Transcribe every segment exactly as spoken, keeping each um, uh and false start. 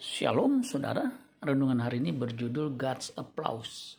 Shalom saudara, renungan hari ini berjudul God's Applause.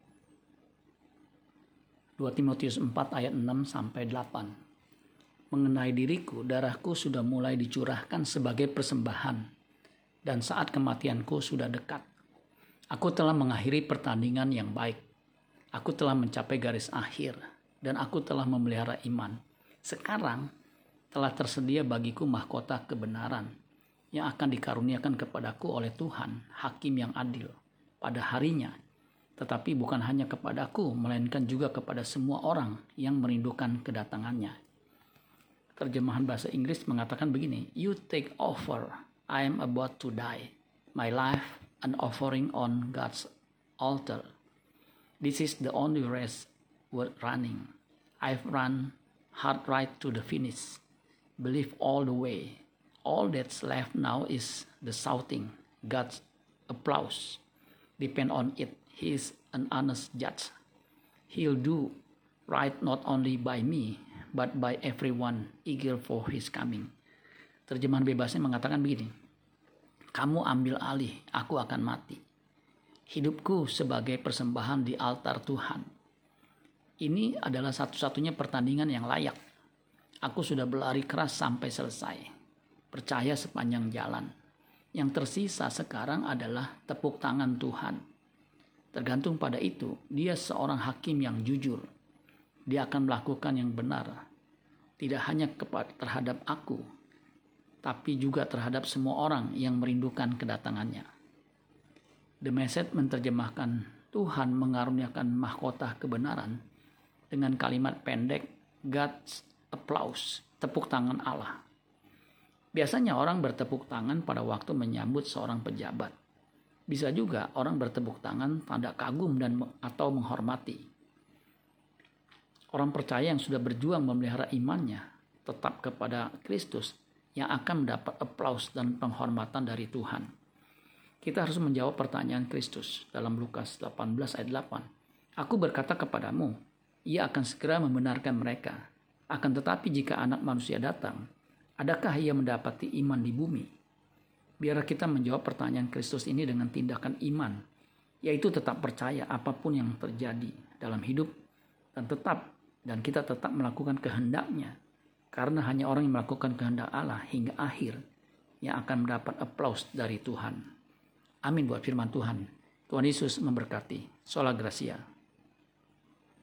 dua Timotius empat ayat enam sampai delapan. Mengenai diriku, darahku sudah mulai dicurahkan sebagai persembahan, dan saat kematianku sudah dekat. Aku telah mengakhiri pertandingan yang baik. Aku telah mencapai garis akhir, dan aku telah memelihara iman. Sekarang telah tersedia bagiku mahkota kebenaran yang akan dikaruniakan kepadaku oleh Tuhan, Hakim yang adil, pada harinya. Tetapi bukan hanya kepadaku, melainkan juga kepada semua orang yang merindukan kedatangannya. Terjemahan bahasa Inggris mengatakan begini, You take over, I am about to die. My life an offering on God's altar. This is the only race worth running. I've run hard right to the finish. Believe all the way. All that's left now is the shouting, God's applause. Depend on it. He is an honest judge. He'll do right not only by me, but by everyone eager for his coming. Terjemahan bebasnya mengatakan begini, kamu ambil alih, aku akan mati. Hidupku sebagai persembahan di altar Tuhan. Ini adalah satu-satunya pertandingan yang layak. Aku sudah berlari keras sampai selesai. Percaya sepanjang jalan. Yang tersisa sekarang adalah tepuk tangan Tuhan. Tergantung pada itu, dia seorang hakim yang jujur. Dia akan melakukan yang benar. Tidak hanya kepada terhadap aku, tapi juga terhadap semua orang yang merindukan kedatangannya. The Message menerjemahkan Tuhan mengaruniakan mahkota kebenaran dengan kalimat pendek God's applause, tepuk tangan Allah. Biasanya orang bertepuk tangan pada waktu menyambut seorang pejabat. Bisa juga orang bertepuk tangan tanda kagum dan atau menghormati. Orang percaya yang sudah berjuang memelihara imannya tetap kepada Kristus yang akan mendapat aplaus dan penghormatan dari Tuhan. Kita harus menjawab pertanyaan Kristus dalam Lukas delapan belas ayat delapan. Aku berkata kepadamu, ia akan segera membenarkan mereka. Akan tetapi jika anak manusia datang, adakah ia mendapati iman di bumi? Biar kita menjawab pertanyaan Kristus ini dengan tindakan iman, yaitu tetap percaya apapun yang terjadi dalam hidup dan tetap dan kita tetap melakukan kehendaknya, karena hanya orang yang melakukan kehendak Allah hingga akhir yang akan mendapat aplaus dari Tuhan. Amin buat firman Tuhan. Tuhan Yesus memberkati. Sola Gracia.